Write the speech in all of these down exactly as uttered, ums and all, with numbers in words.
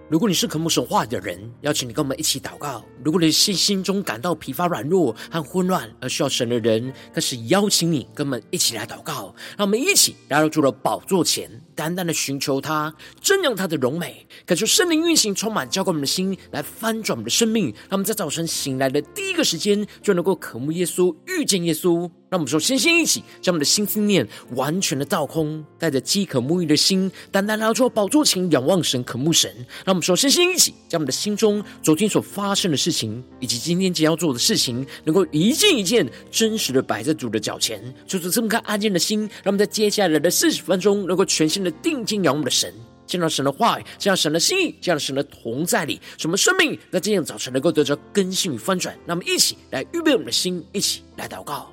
如果你是渴慕神话语的人，邀请你跟我们一起祷告。如果你是心中感到疲乏软弱和混乱而需要神的人，更是邀请你跟我们一起来祷告。让我们一起来到主的宝座前，单单的寻求他，瞻仰他的荣美，感受圣灵运行充满浇灌我们的心，来翻转我们的生命。让我们在早晨醒来的第一个时间，就能够渴慕耶稣，遇见耶稣。让我们说，先先一起将我们的心思念完全的倒空，带着饥渴沐浴的心，单单来到主宝座前，仰望神，渴慕神。让我们说，先先一起将我们的心中昨天所发生的事情，以及今天即将要做的事情，能够一件一件真实的摆在主的脚前，就是这么个安静的心。让我们在接下来的四十分钟，能够全心的定睛仰望我们的神，见到神的话语，见到神的心意，见到神的同在里，使我们生命在今天早晨能够得到更新与翻转。让我们一起来预备我们的心，一起来祷告。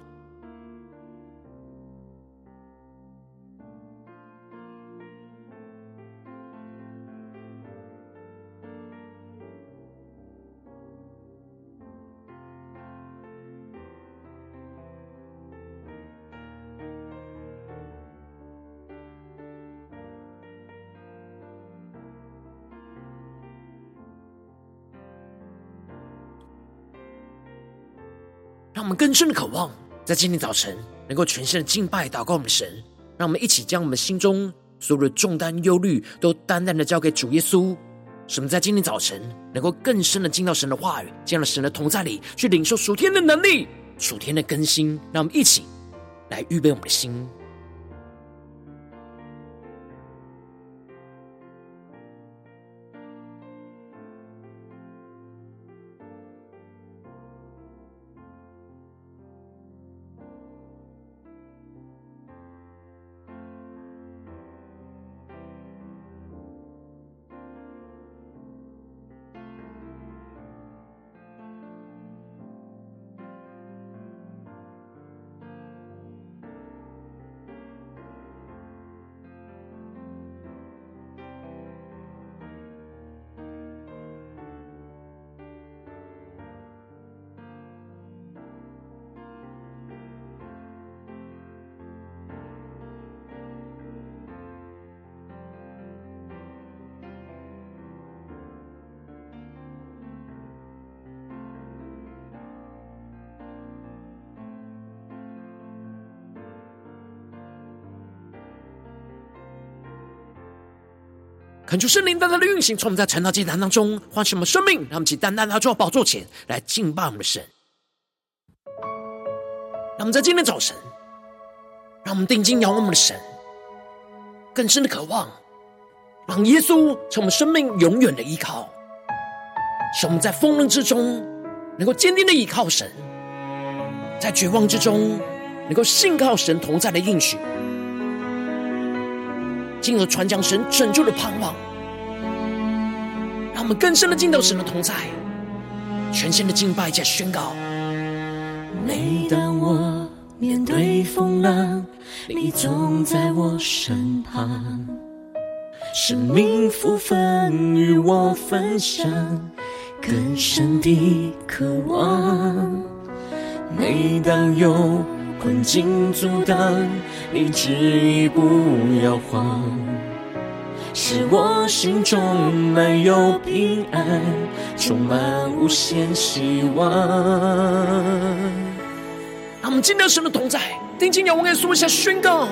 让我们更深的渴望，在今天早晨能够全心的敬拜祷告我们的神。让我们一起将我们心中所有的重担忧虑都单单的交给主耶稣，使我们在今天早晨能够更深的进到神的话语，进到神的同在里，去领受属天的能力，属天的更新。让我们一起来预备我们的心。恳求圣灵单单的运行，从我们在晨祷祭坛当中唤醒我们生命，让我们一起单单来到宝座前来敬拜我们的神。让我们在今天早晨，让我们定睛仰望我们的神，更深的渴望让耶稣成我们生命永远的依靠，使我们在风浪之中能够坚定的依靠神，在绝望之中能够信靠神同在的应许，进而传讲神拯救的盼望。让我们更深的进到神的同在，全心的敬拜加宣告。 每当我面对风浪，你总在我身旁，生命福分与我分享，更深的渴望。每当有困境阻挡，你执意不要慌，使我心中满有平安，充满无限希望。 让我们进到神的同在，定睛仰望耶稣，一下宣告：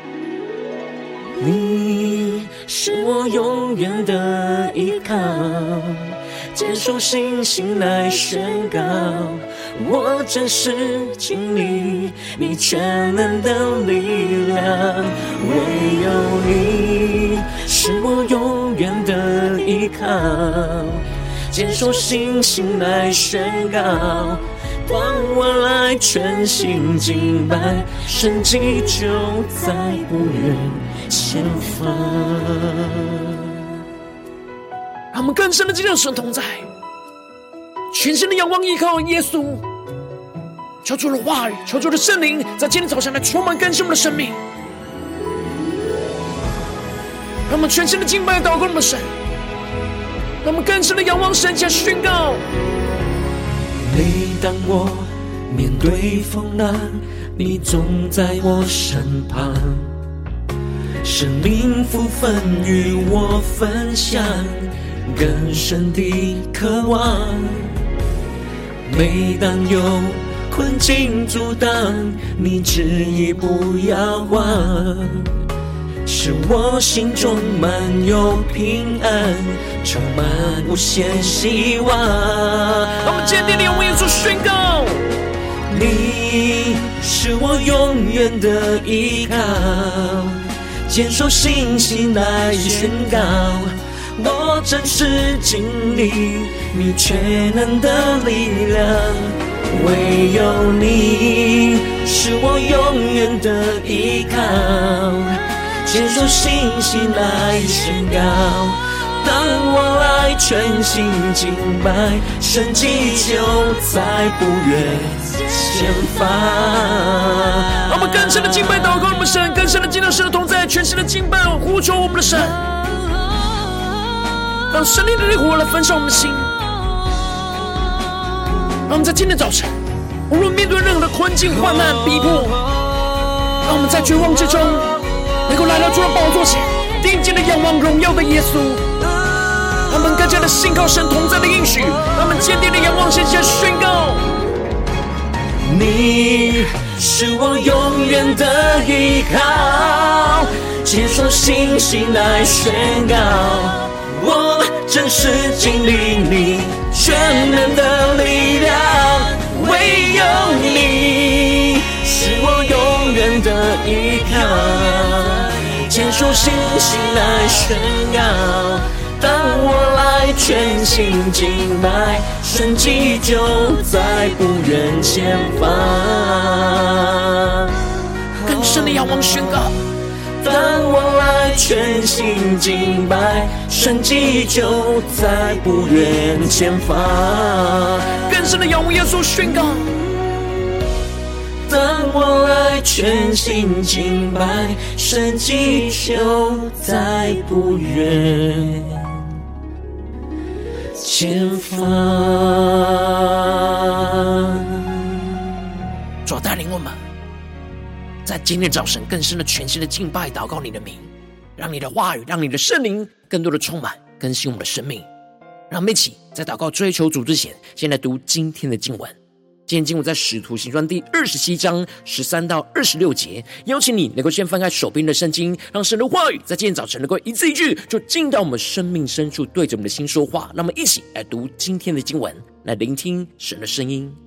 你是我永远的依靠，接受信心来宣告，我真实经历你全能的力量。唯有你是我永远的依靠，接受信心来宣告，当我来全心敬拜，神迹就在不远前方。 让我们更深的进入神同在，全心的仰望依靠耶稣，求主的话语，求主的圣灵在今天早上来充满更新我们的生命。让我们全心的敬拜祷告我们的神，让我们更深的仰望神，加宣告。 每当我面对风浪，你总在我身旁，生命福分与我分享， 更深的渴望。每当有困境阻挡，你旨意不要忘，使我心中满有平安，充满无限希望。 让我们坚定地用耶稣宣告， 你是我永远的依靠，坚守信心来宣告，我真实经历你全能的力量。唯有你是我永远的依靠，坚守信心来宣告，当我来全心敬拜，神迹就在不远前方。 让我们更深的敬拜祷告我们神，更深的进到神的同在，全新的敬拜呼求我们的神，让神灵的烈火来焚烧我们的心。让我们在今天早晨，无论面对任何的困境、患难、逼迫，让我们在绝望之中能够来到主的宝座前，定睛的仰望荣耀的耶稣。让我们更加的信靠神同在的应许，让我们坚定的仰望神，下宣告： 你是我永远的依靠，接受信心来宣告，我真实经历你全能的力量。唯有你是我永远的依靠，接受信心来宣告，当我来全心敬拜，神迹就在不远前方。 更深的仰望宣告， 当我来全心敬拜，神迹就在不远前方。 更深的仰望耶稣宣告， 当我来全心敬拜，神迹就在不远前方。 主啊，带领我们在今天早晨更深的全新的敬拜祷告你的名，让你的话语，让你的圣灵更多的充满更新我们的生命。让我们一起在祷告追求主之前，先来读今天的经文。今天经文在使徒行传第二十七章十三到二十六节。邀请你能够先翻开手边的圣经，让神的话语在今天早晨能够一字一句就进到我们生命深处，对着我们的心说话。让我们一起来读今天的经文，来聆听神的声音。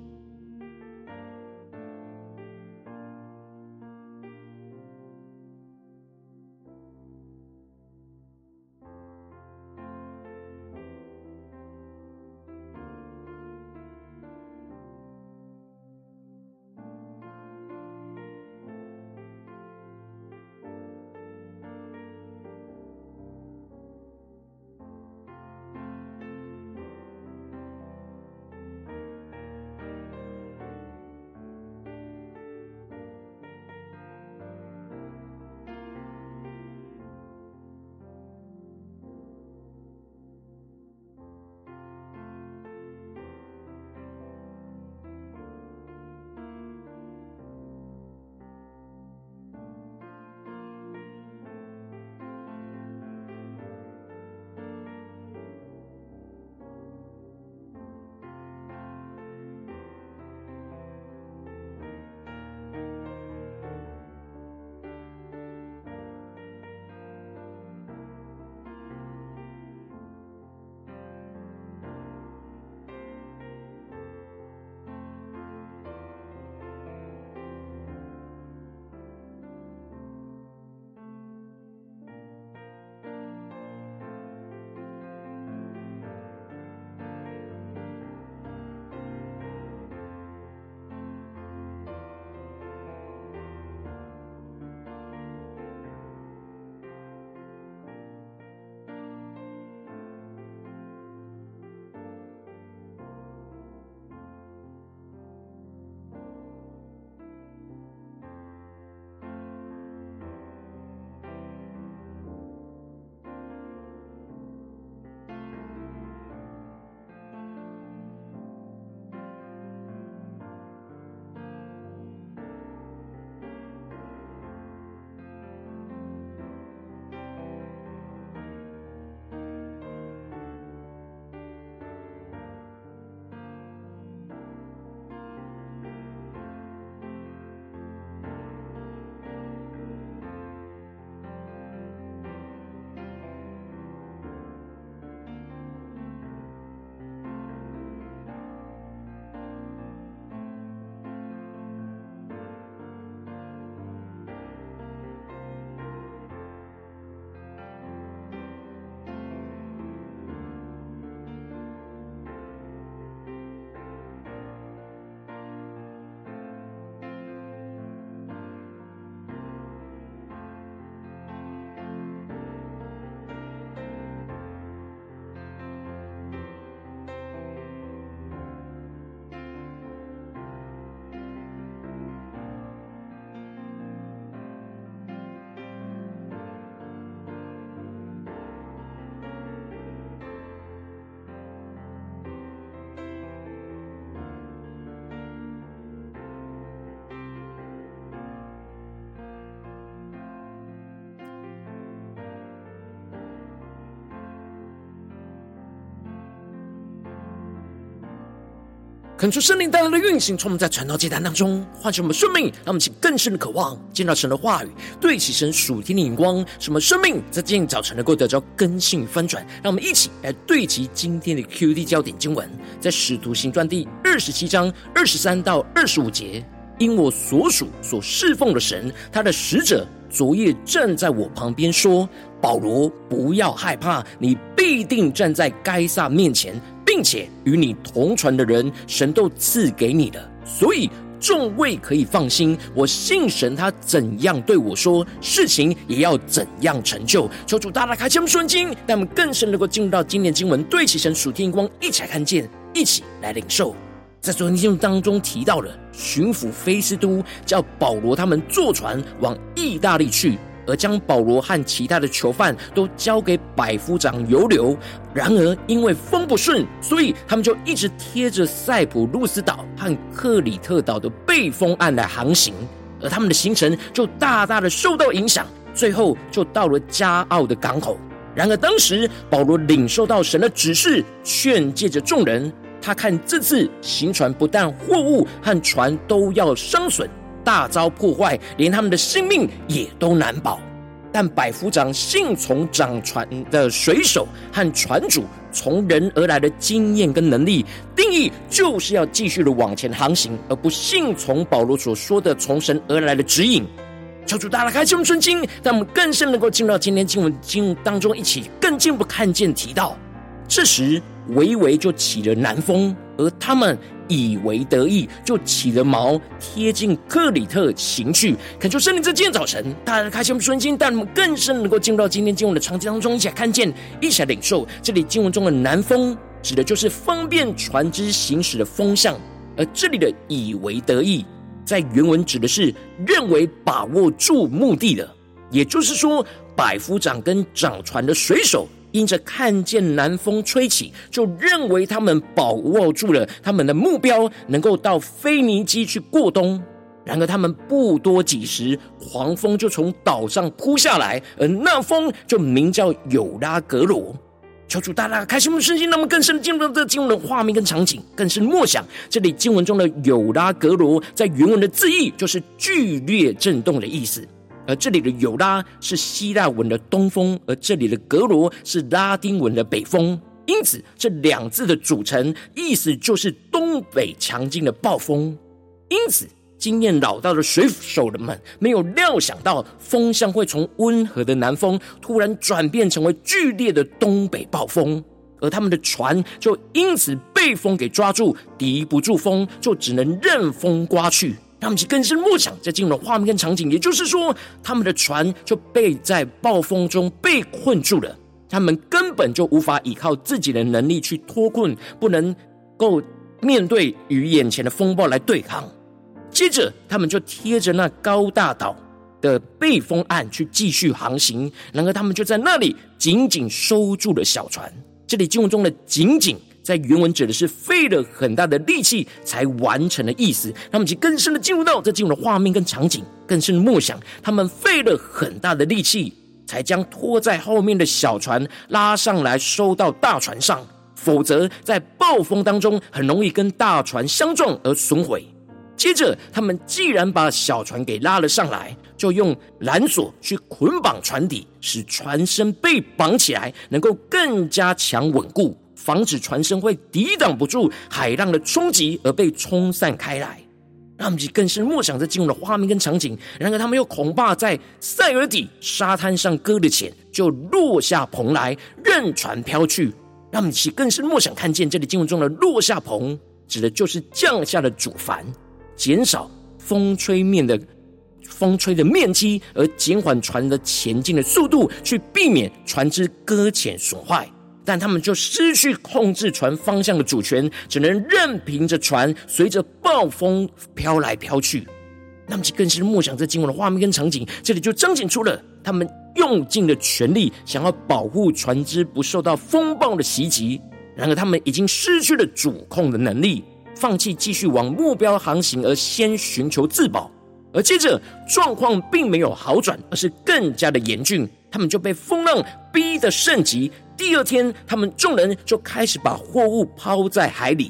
恳求圣灵带来的运行，从我们在传道祭坛当中唤醒我们生命，让我们起更深的渴望见到神的话语，对齐神属天的眼光，使我们生命在今天早晨能够得到更新翻转。让我们一起来对齐今天的 Q D 焦点经文，在使徒行传第二十七章二十三到二十五节。因我所属所侍奉的神，他的使者昨夜站在我旁边说，保罗，不要害怕，你必定站在该撒面前，并且与你同船的人神都赐给你了，所以众位可以放心，我信神，他怎样对我说，事情也要怎样成就。求主大大开启我们顺经，让我们更深能够进入到今天经文，对齐神属天光，一起来看见，一起来领受。在昨天经文当中提到了巡抚菲斯都叫保罗他们坐船往意大利去，而将保罗和其他的囚犯都交给百夫长犹流。然而因为风不顺，所以他们就一直贴着塞浦路斯岛和克里特岛的背风岸来航行，而他们的行程就大大的受到影响，最后就到了加奥的港口。然而当时保罗领受到神的指示，劝诫着众人，他看这次行船不但货物和船都要伤损，大遭破坏，连他们的性命也都难保。但百夫长信从掌船的水手和船主从人而来的经验跟能力，定义就是要继续的往前航行，而不信从保罗所说的从神而来的指引。求主大大开启我们顺经，让我们更深能够进入到今天经文经文当中，一起更进一步看见提到，这时微微就起了南风，而他们以为得意，就起了锚，贴近克里特行去。恳求圣灵在今天早晨大家开启我们顺经，但我们更深能够进入到今天经文的场景当中，一起来看见，一起来领受。这里经文中的南风指的就是方便船只行驶的风向，而这里的以为得意在原文指的是认为把握住目的了，也就是说百夫长跟掌船的水手因着看见南风吹起，就认为他们把握住了他们的目标，能够到腓尼基去过冬。然而他们不多几时，狂风就从岛上扑下来，而那风就名叫有拉格罗。求主大大开启我们的身心，让我们更深进入到这经文的画面跟场景，更是默想这里经文中的有拉格罗在原文的字义就是剧烈震动的意思，而这里的有拉是希腊文的东风，而这里的格罗是拉丁文的北风，因此这两字的组成意思就是东北强劲的暴风。因此经验老道的水手们没有料想到风向会从温和的南风突然转变成为剧烈的东北暴风，而他们的船就因此被风给抓住，敌不住风，就只能任风刮去。让我们更深默想在进入的画面跟场景，也就是说他们的船就被在暴风中被困住了，他们根本就无法依靠自己的能力去脱困，不能够面对与眼前的风暴来对抗。接着他们就贴着那高大岛的背风岸去继续航行，然而他们就在那里紧紧收住了小船。这里经文中的紧紧在原文指的是费了很大的力气才完成的意思。让我们更深的进入到这进入的画面跟场景，更深的默想他们费了很大的力气才将拖在后面的小船拉上来收到大船上，否则在暴风当中很容易跟大船相撞而损毁。接着他们既然把小船给拉了上来，就用缆索去捆绑船底，使船身被绑起来能够更加强稳固，防止船身会抵挡不住海浪的冲击而被冲散开来。让我们更深默想这进入的画面跟场景。然而他们又恐怕在塞尔底沙滩上搁了浅，就落下棚来任船飘去。让我们更深默想看见这里经文中的落下棚指的就是降下的主帆，减少风吹面的风吹的面积，而减缓船的前进的速度，去避免船只搁浅损坏。但他们就失去控制船方向的主权，只能任凭着船随着暴风飘来飘去。那么更是默想这经文的画面跟场景，这里就彰显出了他们用尽了全力想要保护船只不受到风暴的袭击，然而他们已经失去了主控的能力，放弃继续往目标航行，而先寻求自保。而接着状况并没有好转，而是更加的严峻，他们就被风浪逼得甚急。第二天他们众人就开始把货物抛在海里，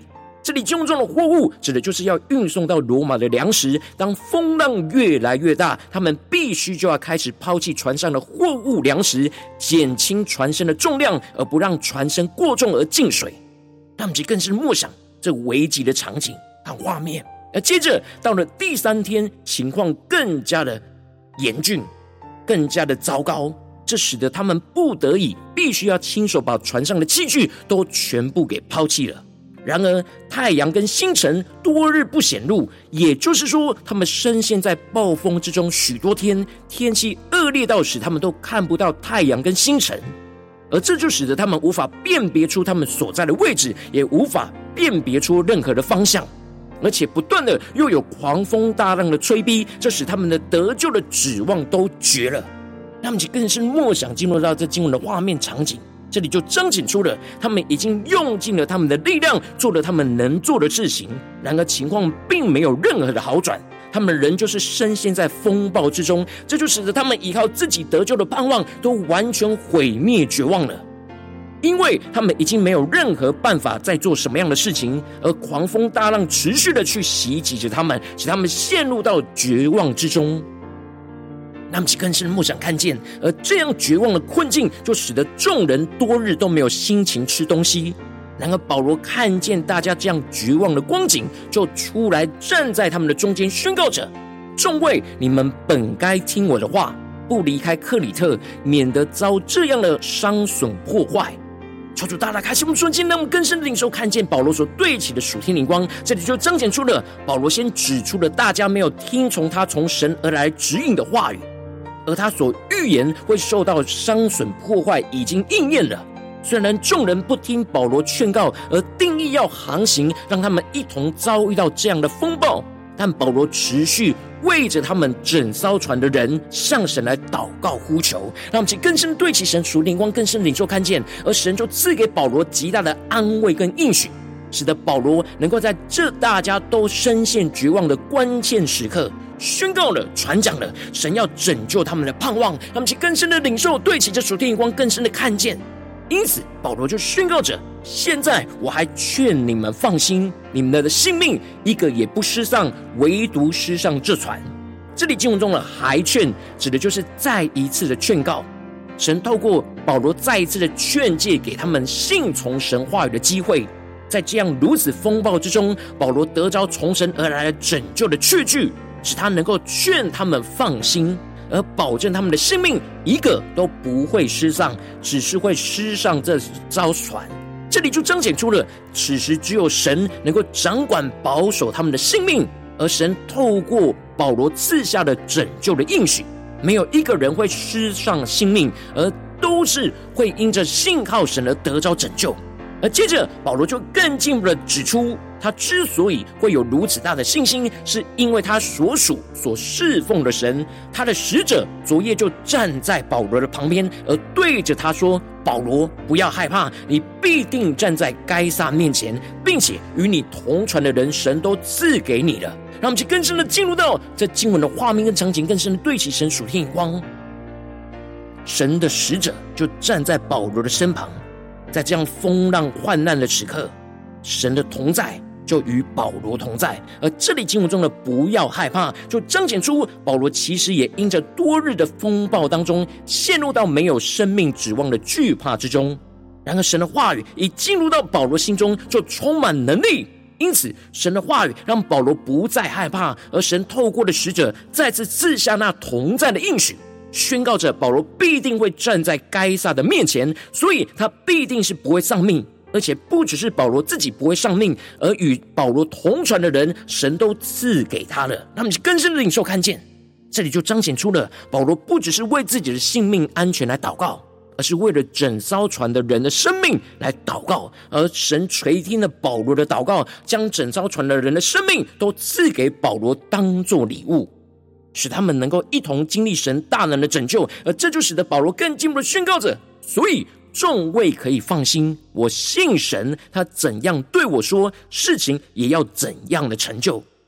这里经文中的货物指的就是要运送到罗马的粮食。当风浪越来越大，他们必须就要开始抛弃船上的货物粮食，减轻船身的重量，而不让船身过重而进水。他们更是默想这危急的场景和画面。而接着到了第三天，情况更加的严峻，更加的糟糕，这使得他们不得已必须要亲手把船上的器具都全部给抛弃了。然而太阳跟星辰多日不显露，也就是说他们深陷在暴风之中许多天，天气恶劣到使他们都看不到太阳跟星辰，而这就使得他们无法辨别出他们所在的位置，也无法辨别出任何的方向，而且不断的又有狂风大浪的吹逼，这使他们的得救的指望都绝了。他们更是默想进入到这经文的画面场景，这里就彰显出了他们已经用尽了他们的力量，做了他们能做的事情，然而情况并没有任何的好转，他们仍旧是深陷在风暴之中，这就使得他们依靠自己得救的盼望都完全毁灭绝望了。因为他们已经没有任何办法再做什么样的事情，而狂风大浪持续的去袭击着他们，使他们陷入到绝望之中。他们更是默想看见，而这样绝望的困境就使得众人多日都没有心情吃东西。然而保罗看见大家这样绝望的光景，就出来站在他们的中间，宣告着：众位，你们本该听我的话，不离开克里特，免得遭这样的伤损破坏。求主大大开启我们瞬间，让我们更深的领受看见保罗所对齐的属天灵光。这里就彰显出了保罗先指出了大家没有听从他从神而来指引的话语，而他所预言会受到伤损破坏已经应验了。虽然众人不听保罗劝告，而定义要航行，让他们一同遭遇到这样的风暴，但保罗持续为着他们整艘船的人向神来祷告呼求，让我们更深对齐神属灵光，更深领受看见，而神就赐给保罗极大的安慰跟应许，使得保罗能够在这大家都深陷绝望的关键时刻，宣告了传讲了神要拯救他们的盼望，让我们更深的领受对齐这属天灵光，更深的看见。因此保罗就宣告着：现在我还劝你们放心，你们的性命一个也不失丧，唯独失上这船。这里经文中的还劝指的就是再一次的劝告，神透过保罗再一次的劝诫给他们信从神话语的机会。在这样如此风暴之中，保罗得着从神而来的拯救的确据，使他能够劝他们放心，而保证他们的性命一个都不会失丧，只是会失上这艘船。这里就彰显出了此时只有神能够掌管保守他们的性命，而神透过保罗赐下的拯救的应许，没有一个人会失上性命，而都是会因着信靠神而得着拯救。而接着保罗就更进一步的指出，他之所以会有如此大的信心，是因为他所属所侍奉的神，他的使者昨夜就站在保罗的旁边，而对着他说：保罗，不要害怕，你必定站在该撒面前，并且与你同船的人神都赐给你了。让我们去更深的进入到这经文的画面跟场景，更深的对齐神属天眼光。神的使者就站在保罗的身旁，在这样风浪患难的时刻，神的同在就与保罗同在。而这里经文中的不要害怕，就彰显出保罗其实也因着多日的风暴当中，陷入到没有生命指望的惧怕之中。然而神的话语一进入到保罗心中，就充满能力，因此神的话语让保罗不再害怕，而神透过的使者再次赐下那同在的应许，宣告着保罗必定会站在该撒的面前，所以他必定是不会丧命。而且不只是保罗自己不会丧命，而与保罗同船的人神都赐给他了。他们是更深的领受看见，这里就彰显出了保罗不只是为自己的性命安全来祷告，而是为了整艘船的人的生命来祷告。而神垂听了保罗的祷告，将整艘船的人的生命都赐给保罗当作礼物，使他们能够一同经历神大能的拯救。而这就使得保罗更进一步的宣告着：所以众位可以放心，我信神，他怎样对我说，事情也要怎样的成就。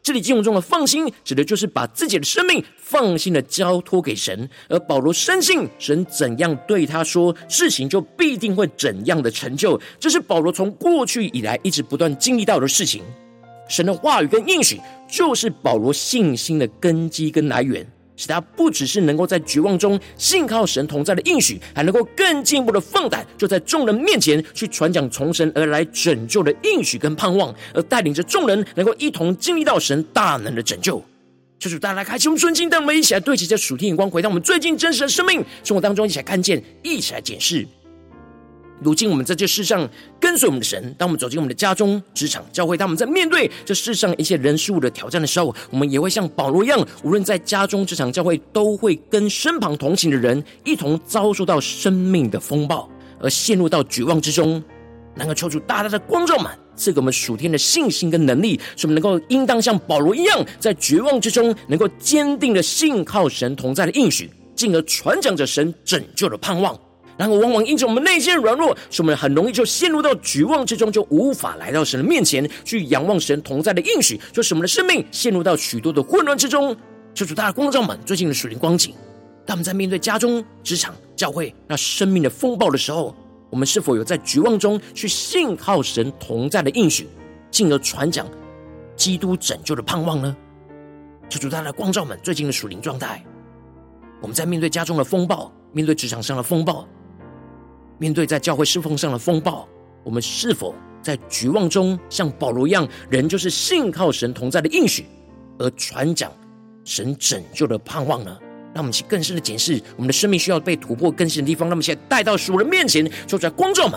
这里经文中的放心，指的就是把自己的生命放心的交托给神，而保罗深信神怎样对他说，事情就必定会怎样的成就。这是保罗从过去以来一直不断经历到的事情。神的话语跟应许就是保罗信心的根基跟来源，使他不只是能够在绝望中信靠神同在的应许，还能够更进一步的放胆，就在众人面前去传讲从神而来拯救的应许跟盼望，而带领着众人能够一同经历到神大能的拯救。求主大家来开启我们顺境，带我们一起来对齐这属天眼光，回到我们最近真实的生命生活当中，一起来看见，一起来检视。如今我们在这世上跟随我们的神，当我们走进我们的家中、职场、教会，当我们在面对这世上一些人事物的挑战的时候，我们也会像保罗一样，无论在家中、职场、教会，都会跟身旁同行的人一同遭受到生命的风暴，而陷入到绝望之中。能够求主大大的光照们，赐给我们属天的信心跟能力，使我们能够应当像保罗一样，在绝望之中能够坚定的信靠神同在的应许，进而传讲着神拯救的盼望。然而往往因着我们内心的软弱，使我们很容易就陷入到绝望之中，就无法来到神的面前去仰望神同在的应许，就使我们的生命陷入到许多的混乱之中。求主大的光照们最近的属灵光景，当我们在面对家中、职场、教会那生命的风暴的时候，我们是否有在绝望中去信靠神同在的应许，进而传讲基督拯救的盼望呢？求主大的光照们最近的属灵状态，我们在面对家中的风暴，面对职场上的风暴，面对在教会侍奉上的风暴，我们是否在绝望中像保罗一样，仍旧是信靠神同在的应许，而传讲神拯救的盼望呢？让我们一起更深的检视我们的生命需要被突破更新的地方，让我们现在带到主的面前，求主来光照们。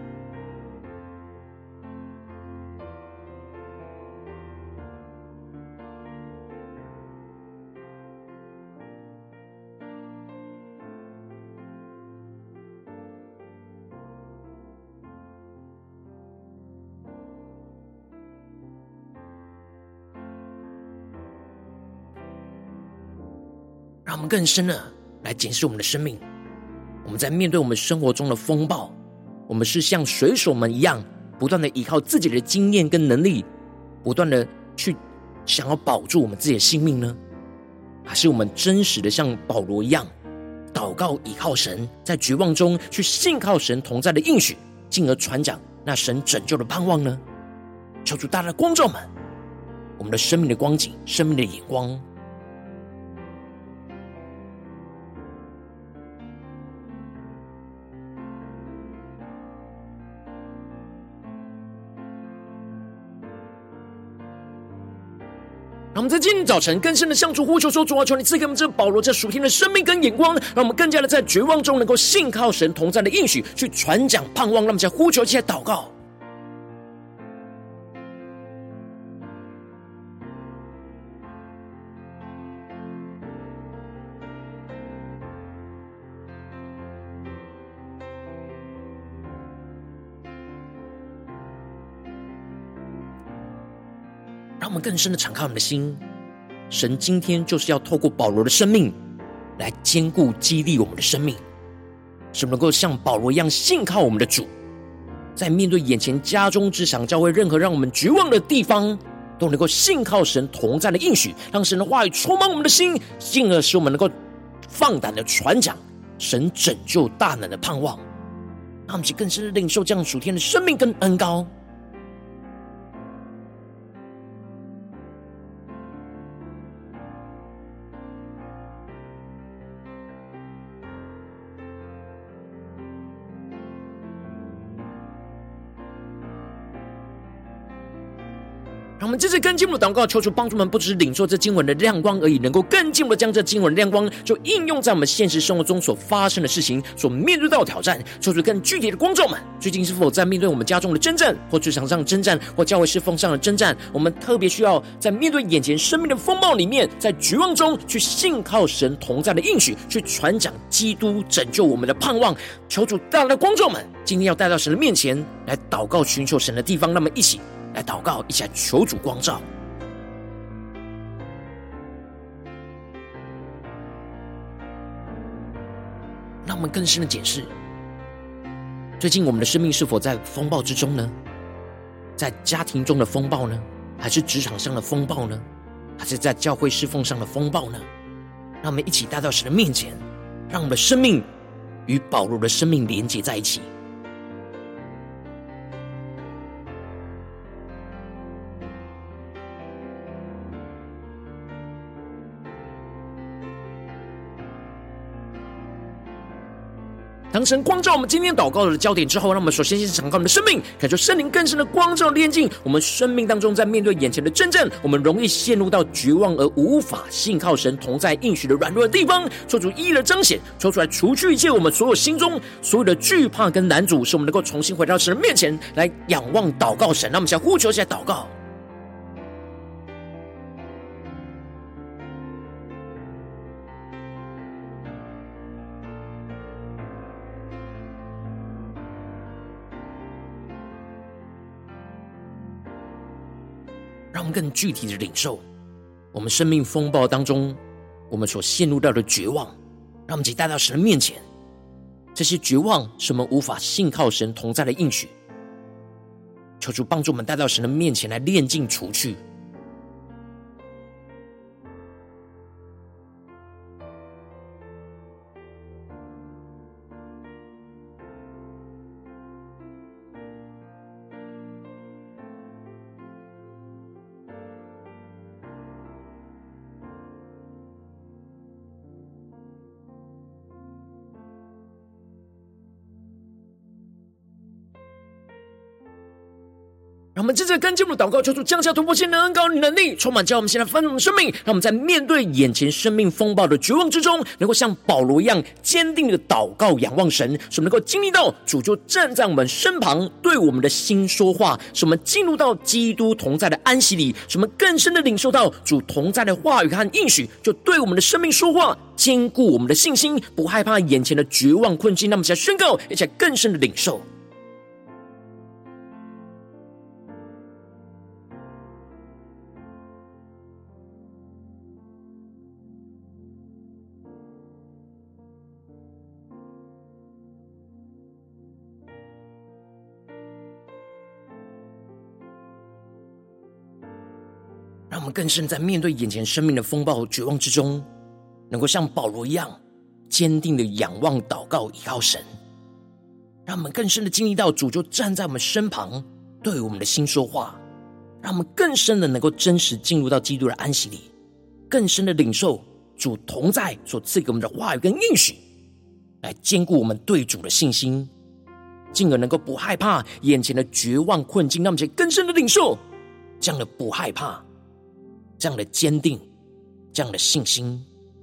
让我们更深的来检视我们的生命。我们在面对我们生活中的风暴，我们是像水手们一样，不断的依靠自己的经验跟能力，不断的去想要保住我们自己的性命呢？还是我们真实的像保罗一样，祷告依靠神，在绝望中去信靠神同在的应许，进而传讲那神拯救的盼望呢？求主大大的光照们我们的生命的光景，生命的眼光。让我们在今天早晨更深的向主呼求说，主啊，求你赐给我们这保罗这属天的生命跟眼光，让我们更加的在绝望中能够信靠神同在的应许，去传讲盼望。让我们在呼求起来祷告。让我们更深的敞开我们的心，神今天就是要透过保罗的生命来坚固激励我们的生命，使我们能够像保罗一样信靠我们的主，在面对眼前家中职场教会任何让我们绝望的地方，都能够信靠神同在的应许，让神的话语充满我们的心，进而使我们能够放胆的传讲神拯救大能的盼望。让我们去更深的领受这样属天的生命跟恩膏。让我们这次更进一步的祷告，求主帮助我们不只是领受这经文的亮光而已，能够更进一步的将这经文的亮光就应用在我们现实生活中所发生的事情，所面对到的挑战。求主更具体的光照们，最近是否在面对我们家中的征战，或职场上的征战，或教会侍奉上的征战，我们特别需要在面对眼前生命的风暴里面，在绝望中去信靠神同在的应许，去传讲基督拯救我们的盼望。求主大大的光照们，今天要带到神的面前来祷告寻求神的地方，让我们一起来祷告，一起来求主光照。让我们更深的检视，最近我们的生命是否在风暴之中呢？在家庭中的风暴呢？ 还是职场上的风暴呢？还是在教会侍奉上的风暴呢？让我们一起带到神的面前，让我们的生命与保罗的生命连结在一起。当神光照我们今天祷告的焦点之后，让我们首先先敞开我们的生命，感受圣灵更深的光照炼净我们生命当中，在面对眼前的征战，我们容易陷入到绝望而无法信靠神同在应许的软弱的地方，求主一一的彰显，抽出来除去一切我们所有心中所有的惧怕跟难阻，使我们能够重新回到神的面前来仰望祷告神。让我们先呼求，起来祷告。让我们更具体的领受我们生命风暴当中我们所陷入到的绝望，让我们一起带到神的面前。这些绝望是我们无法信靠神同在的应许，求主帮助我们带到神的面前来炼净除去。让我们接着跟进我们的祷告，求主降下突破性的恩膏与能力，充满叫我们现在翻转我们的生命，让我们在面对眼前生命风暴的绝望之中，能够像保罗一样坚定的祷告仰望神，使我们能够经历到主就站在我们身旁，对我们的心说话，使我们进入到基督同在的安息里，使我们更深的领受到主同在的话语和应许，就对我们的生命说话，坚固我们的信心，不害怕眼前的绝望困境。让我们一起来宣告，一起来更深的领受。让我们更深在面对眼前生命的风暴绝望之中，能够像保罗一样坚定的仰望祷告依靠神，让我们更深的经历到主就站在我们身旁，对我们的心说话，让我们更深的能够真实进入到基督的安息里，更深的领受主同在所赐给我们的话语跟应许，来坚固我们对主的信心，进而能够不害怕眼前的绝望困境。让我们更深的领受这样的不害怕，这样的坚定，这样的信心。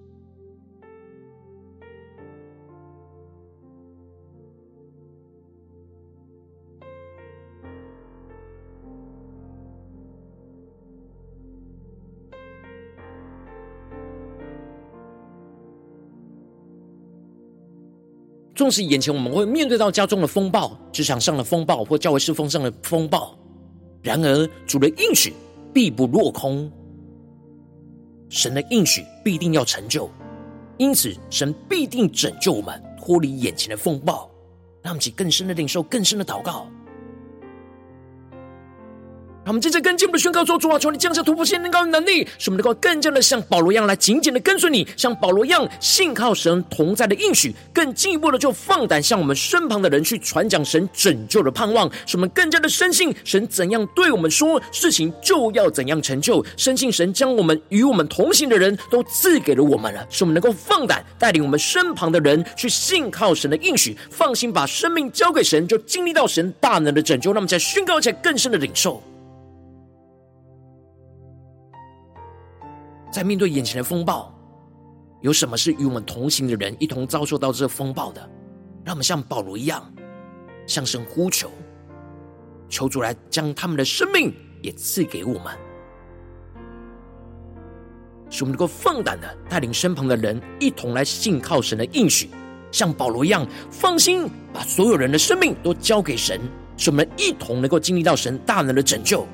纵使眼前我们会面对到家中的风暴、职场上的风暴或教会侍奉上的风暴，然而主的应许必不落空，神的应许必定要成就，因此神必定拯救我们脱离眼前的风暴。让我们一起更深的领受，更深的祷告。让我们接着跟进我们的宣告说，主啊，求你降下突破性能高的能力，使我们能够更加的像保罗一样来紧紧的跟随你，像保罗一样信靠神同在的应许，更进一步的就放胆向我们身旁的人去传讲神拯救的盼望，使我们更加的深信神怎样对我们说，事情就要怎样成就，深信神将我们与我们同行的人都赐给了我们了，使我们能够放胆带领我们身旁的人去信靠神的应许，放心把生命交给神，就经历到神大能的拯救。让我们再宣告起来，更深的领受。在面对眼前的风暴，有什么是与我们同行的人一同遭受到这风暴的？让我们像保罗一样向神呼求，求主来将他们的生命也赐给我们，使我们能够放胆的带领身旁的人一同来信靠神的应许，像保罗一样放心把所有人的生命都交给神，使我们一同能够经历到神大能的拯救。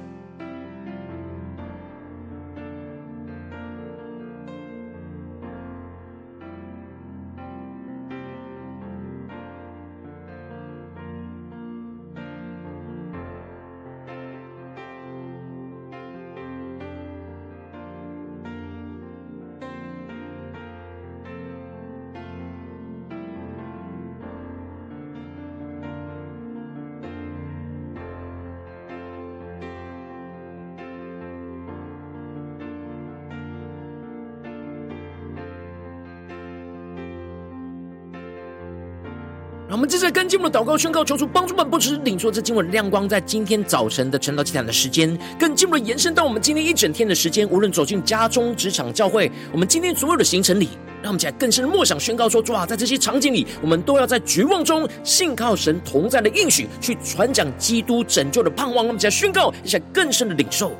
让我们接着跟进我们的祷告宣告，求主帮助我们不只是领受这经文的亮光，在今天早晨的晨祷祭坛的时间，更进一步的延伸到我们今天一整天的时间，无论走进家中、职场、教会，我们今天所有的行程里，让我们起来更深的默想宣告说，主啊，在这些场景里，我们都要在绝望中信靠神同在的应许，去传讲基督拯救的盼望。让我们起来宣告，一起来更深的领受。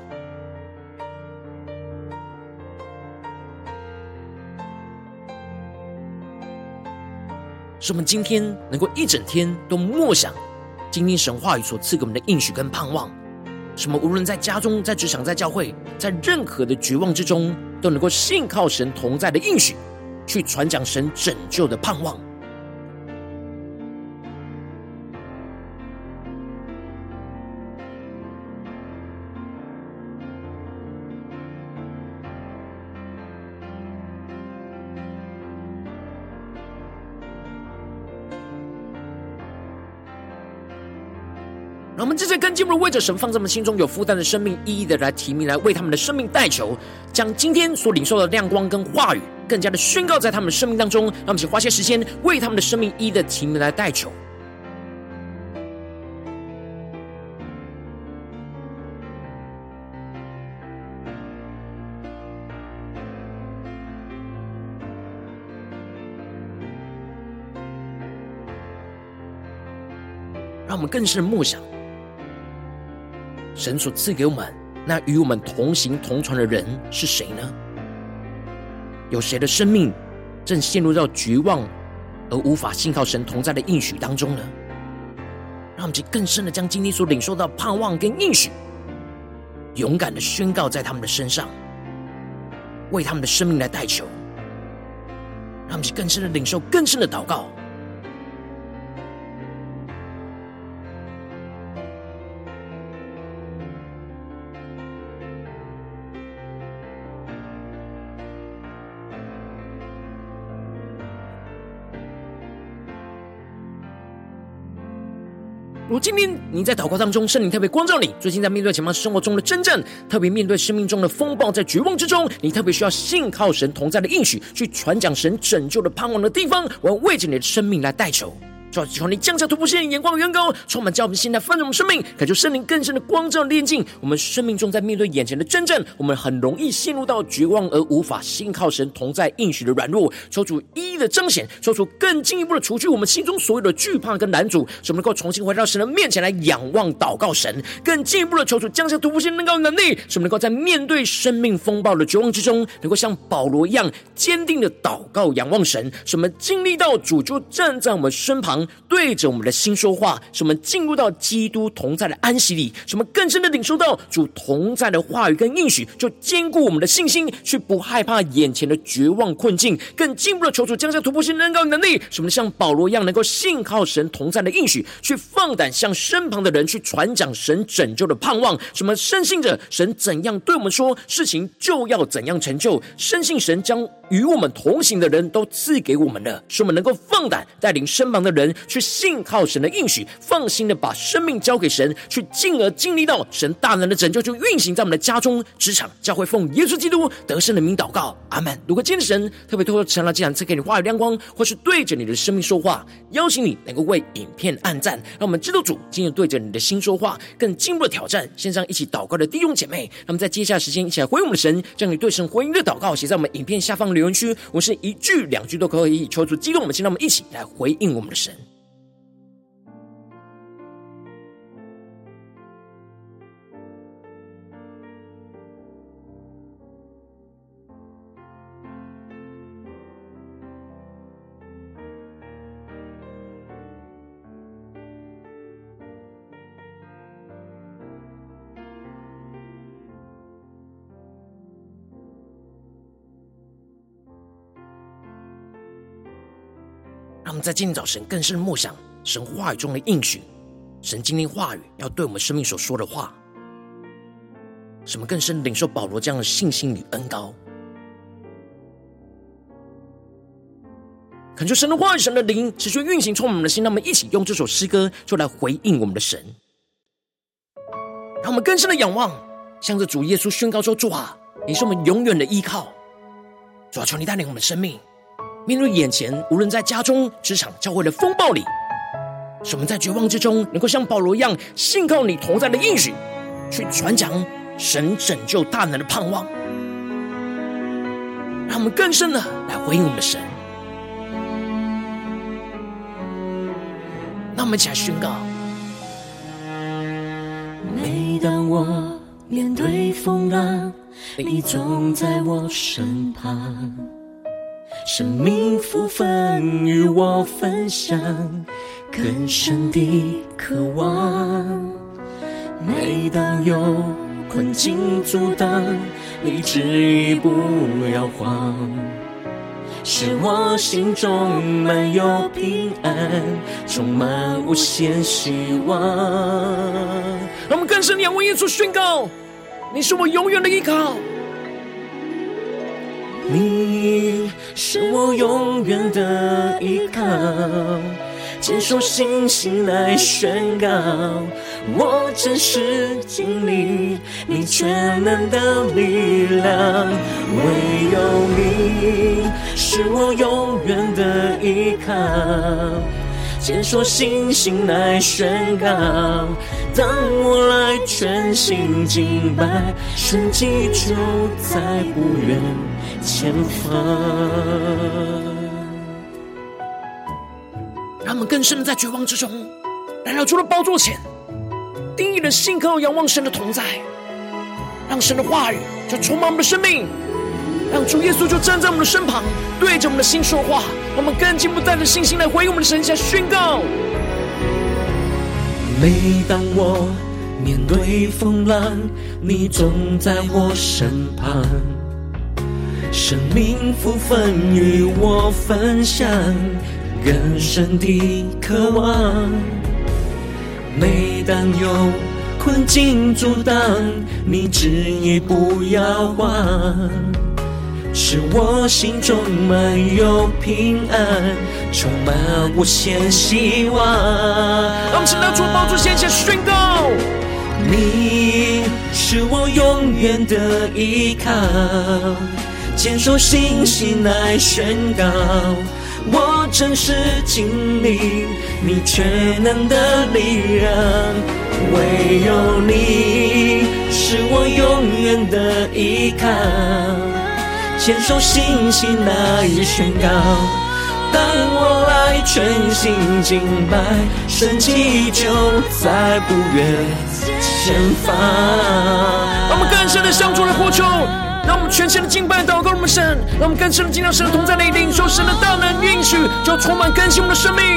使我们今天能够一整天都默想今天神话语所赐给我们的应许跟盼望，使我们无论在家中、在职场、在教会，在任何的绝望之中，都能够信靠神同在的应许，去传讲神拯救的盼望。让我们接着跟进入为着神放在我们心中有负担的生命，一一的来提名，来为他们的生命代求，将今天所领受的亮光跟话语更加的宣告在他们的生命当中。让我们一起花些时间为他们的生命一一的提名来代求。让我们更深的默想神所赐给我们那与我们同行同传的人是谁呢？有谁的生命正陷入到绝望而无法信靠神同在的应许当中呢？让我们更深的将今天所领受到盼望跟应许勇敢的宣告在他们的身上，为他们的生命来代求。让我们更深的领受更深的祷告。如今天你在祷告当中，圣灵特别光照你，最近在面对前方生活中的征战，特别面对生命中的风暴，在绝望之中，你特别需要信靠神同在的应许，去传讲神拯救的盼望的地方，我要为着你的生命来代求。主，求你降下突破性眼光的远高，充满叫我们现在翻转我们生命，感受圣灵更深的光照炼净我们生命中，在面对眼前的征战，我们很容易陷入到绝望而无法信靠神同在应许的软弱。求主一一的彰显，求主更进一步的除去我们心中所有的惧怕跟拦阻，使我们能够重新回到神的面前来仰望祷告神。更进一步的求主降下突破性能够能力，使我们能够在面对生命风暴的绝望之中，能够像保罗一样坚定的祷告仰望神，使我们经历到主就站在我们身旁，对着我们的心说话，使我们进入到基督同在的安息里，使我们更深的领受到主同在的话语跟应许，就坚固我们的信心，去不害怕眼前的绝望困境。更进一步的求主降下突破性能高能力，使我们像保罗一样能够信靠神同在的应许，去放胆向身旁的人去传讲神拯救的盼望。使我们深信着神怎样对我们说，事情就要怎样成就，深信神将与我们同行的人都赐给我们了，使我们能够放胆带领身旁的人去信靠神的应许，放心的把生命交给神，去进而经历到神大能的拯救，就运行在我们的家中、职场、教会，奉耶稣基督得胜的名祷告，阿们。如果今天的神特别透过神来这样赐给你话语亮光，或是对着你的生命说话，邀请你能够为影片按赞，让我们知道主今天对着你的心说话，更进一步的挑战线上一起祷告的弟兄姐妹。那么在接下来时间一起来回应我们的神，将你对神回应的祷告写在我们影片下方留言区，我们是一句两句都可以，求主激动我们，现在我们一起来回应我们的神。让我们在今天早晨更深默想神话语中的应许，神今天话语要对我们生命所说的话，使我们更深领受保罗这样的信心与恩膏。恳求神的话语、神的灵持续运行充满我们的心，让我们一起用这首诗歌就来回应我们的神，让我们更深的仰望，向着主耶稣宣告说，主啊，你是我们永远的依靠。主啊，求你带领我们的生命面对眼前无论在家中、职场、教会的风暴里， 使我们在绝望之中能够像保罗一样信靠你同在的应许，去传讲神拯救大能的盼望，让我们更深的来回应我们的神。那我们一起来宣告， 每当我面对风浪，你总在我身旁，生命福分与我分享，更深的渴望。每当有困境阻挡，你执意不要慌，使我心中满有平安，充满无限希望。 让我们更深仰望耶稣，宣告你是我永远的依靠， 你是我永远的依靠，接受信心来宣告，我真实经历你全能的力量，唯有你是我永远的依靠，接受信心来宣告，当我来全心敬拜，神迹就在不远前方。 让我们更深的在绝望之中来到主的宝座前，定义了信靠仰望神的同在，让神的话语就充满我们的生命，让主耶稣就站在我们的身旁，对着我们的心说话，让我们更进一步带着信心来回应我们的神，下宣告。 每当我面对风浪，你总在我身旁，生命福分与我分享，更深的渴望。每当有困境阻挡，你执意不要慌，使我心中满有平安，充满无限希望。 让我们请到主宝座前下宣告， 你是我永远的依靠，坚守信心来宣告，我真实经历你全能的力量，唯有你是我永远的依靠，坚守信心来宣告，当我来全心敬拜，神迹就在不远前方。 让我们更深的向主来呼求，让我们全心的敬拜祷告我们神，让我们更深的进到神的同在里，领受神的大能应许，就充满更新我们的生命。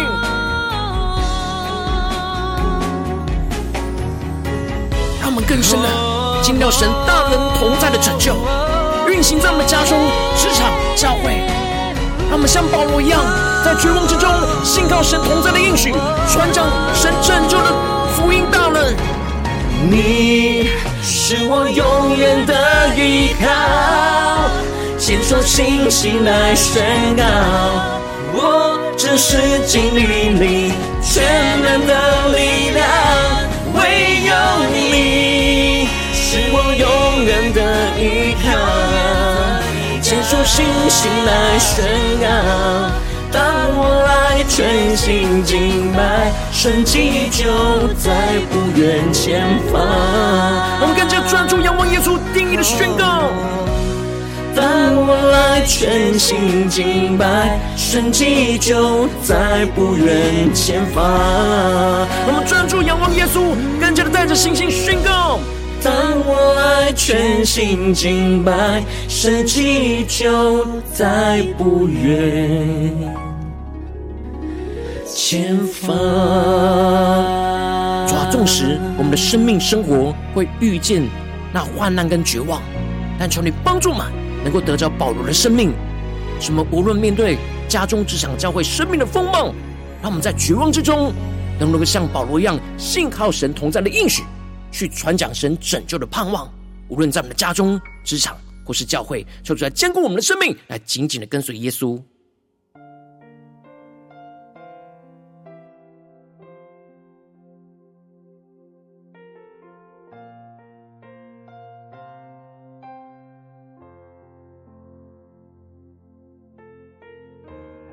让我们更深的进到神大能同在的拯救，运行在我们的家中、职场、教会。让我们像保罗一样，在绝望之中信靠神同在的应许，传讲神拯救的福音大能。 你是我永远的依靠，坚守信心来宣告，我真实经历你全能的力量，唯有你是我永远的依靠，坚守信心来宣告，当我来全心敬拜，神迹就在不远前方。 我们更加专注仰望耶稣定义的宣告， 当我来全心敬拜，神迹就在不远前方。 我们专注仰望耶稣，更加的带着信心宣告， 当我来全心敬拜，神迹就在不远前方。 主啊，纵使我们的生命生活会遇见那患难跟绝望，但求你帮助我们能够得着保罗的生命，使我们无论面对家中、职场、教会生命的风暴，让我们在绝望之中能够像保罗一样信靠神同在的应许，去传讲神拯救的盼望。无论在我们的家中、职场或是教会，求主来坚固我们的生命，来紧紧的跟随耶稣。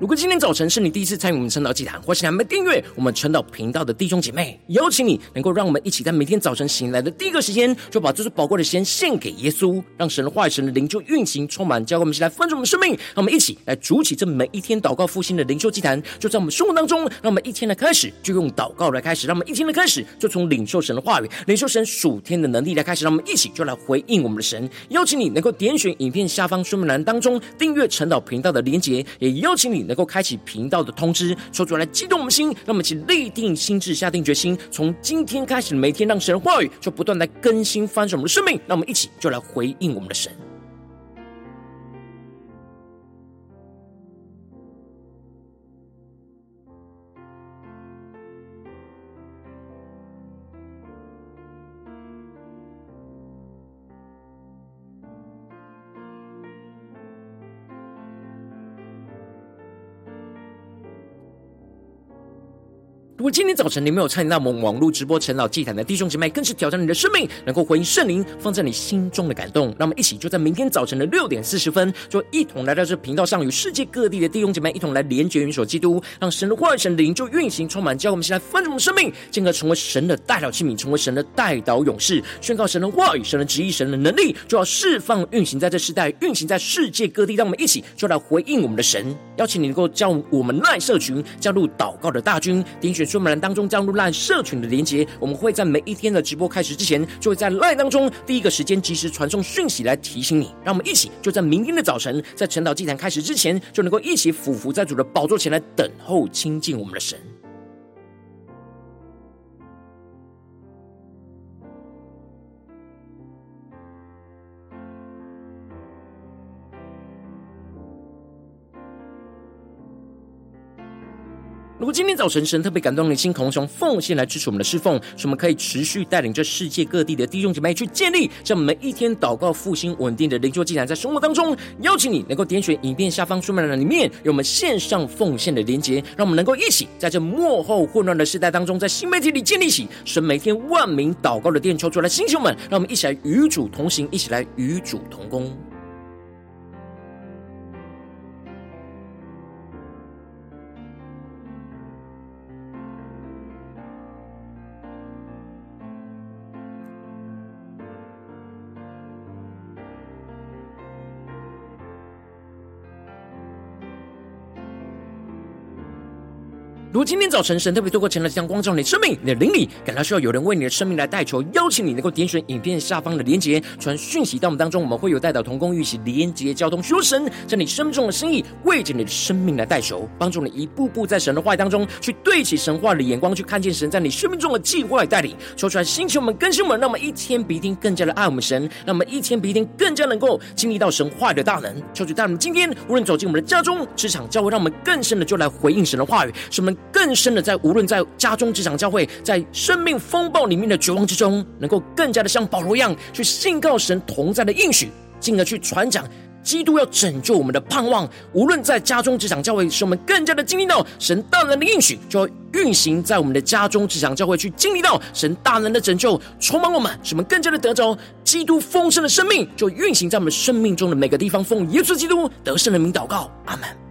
如果今天早晨是你第一次参与我们晨祷祭坛，或是还没订阅我们晨祷频道的弟兄姐妹，邀请你能够让我们一起在每天早晨醒来的第一个时间，就把这最宝贵的时间献给耶稣，让神的话语、神的灵就运行充满，教会我们一起来分盛我们的生命。让我们一起来筑起这每一天祷告复兴的灵修祭坛，就在我们生活当中。让我们一天的开始就用祷告来开始，让我们一天的开始就从领受神的话语、领受神属天的能力来开始。让我们一起就来回应我们的神。邀请你能够点选影片下方说明栏当中订阅晨祷频道的连结，也邀请你能够开启频道的通知，求主来激动我们心，让我们一起立定心志，下定决心，从今天开始每天让神的话语就不断来更新翻转我们的生命。让我们一起就来回应我们的神。如果今天早晨你没有参与到我们网络直播晨祷祭坛的弟兄姐妹，更是挑战你的生命，能够回应圣灵放在你心中的感动。让我们一起就在明天早晨的六点四十分，就一同来到这频道上，与世界各地的弟兄姐妹一同来连结元首基督，让神的话语、神的灵就运行充满，教我们现在分盛我们生命，进而成为神的代祷器皿，成为神的代祷勇士，宣告神的话语、神的旨意、神的能力，就要释放运行在这世代，运行在世界各地。让我们一起就来回应我们的神。邀请你能够叫我们赖社群加入祷告的大军，点选说明栏当中加入赖社群的连结，我们会在每一天的直播开始之前，就会在赖当中第一个时间及时传送讯息来提醒你。让我们一起就在明天的早晨，在晨祷祭坛开始之前，就能够一起俯伏在主的宝座前来等候亲近我们的神。如果今天早晨神特别感动你的心，渴望从奉献来支持我们的侍奉，使我们可以持续带领这世界各地的弟兄姐妹去建立这每一天祷告复兴稳定的灵修祭坛，在生活当中邀请你能够点选影片下方说明栏里面有我们线上奉献的连结，让我们能够一起在这末后混乱的时代当中，在新媒体里建立起神每天万名祷告的殿，求主来兴起我们，让我们一起来与主同行，一起来与主同工。如果今天早晨神特别透过前来将光照你的生命，你的灵里感到需要有人为你的生命来代求，邀请你能够点选影片下方的连结，传讯息到我们当中，我们会有代祷同工一起连结交通，说神在你生命中的心意，为着你的生命来代求，帮助你一步步在神的话语当中去对齐神话的眼光，去看见神在你生命中的计划与带领，说出来兴起我们更新我们，让我们一天比一天更加的爱我们神，让我们一天比一天更加能够经历到神话语的大能。求主带我们今天无论走进我们的家中、职场、教会，让我们更深的就来回应神的话语，使我们更深的在无论在家中、职场、教会，在生命风暴里面的绝望之中，能够更加的像保罗一样，去信靠神同在的应许，进而去传讲基督要拯救我们的盼望。无论在家中、职场、教会，使我们更加的经历到神大能的应许，就要运行在我们的家中、职场、教会，去经历到神大能的拯救，充满我们，使我们更加的得着基督丰盛的生命，就运行在我们生命中的每个地方。奉耶稣基督得胜的名祷告，阿们。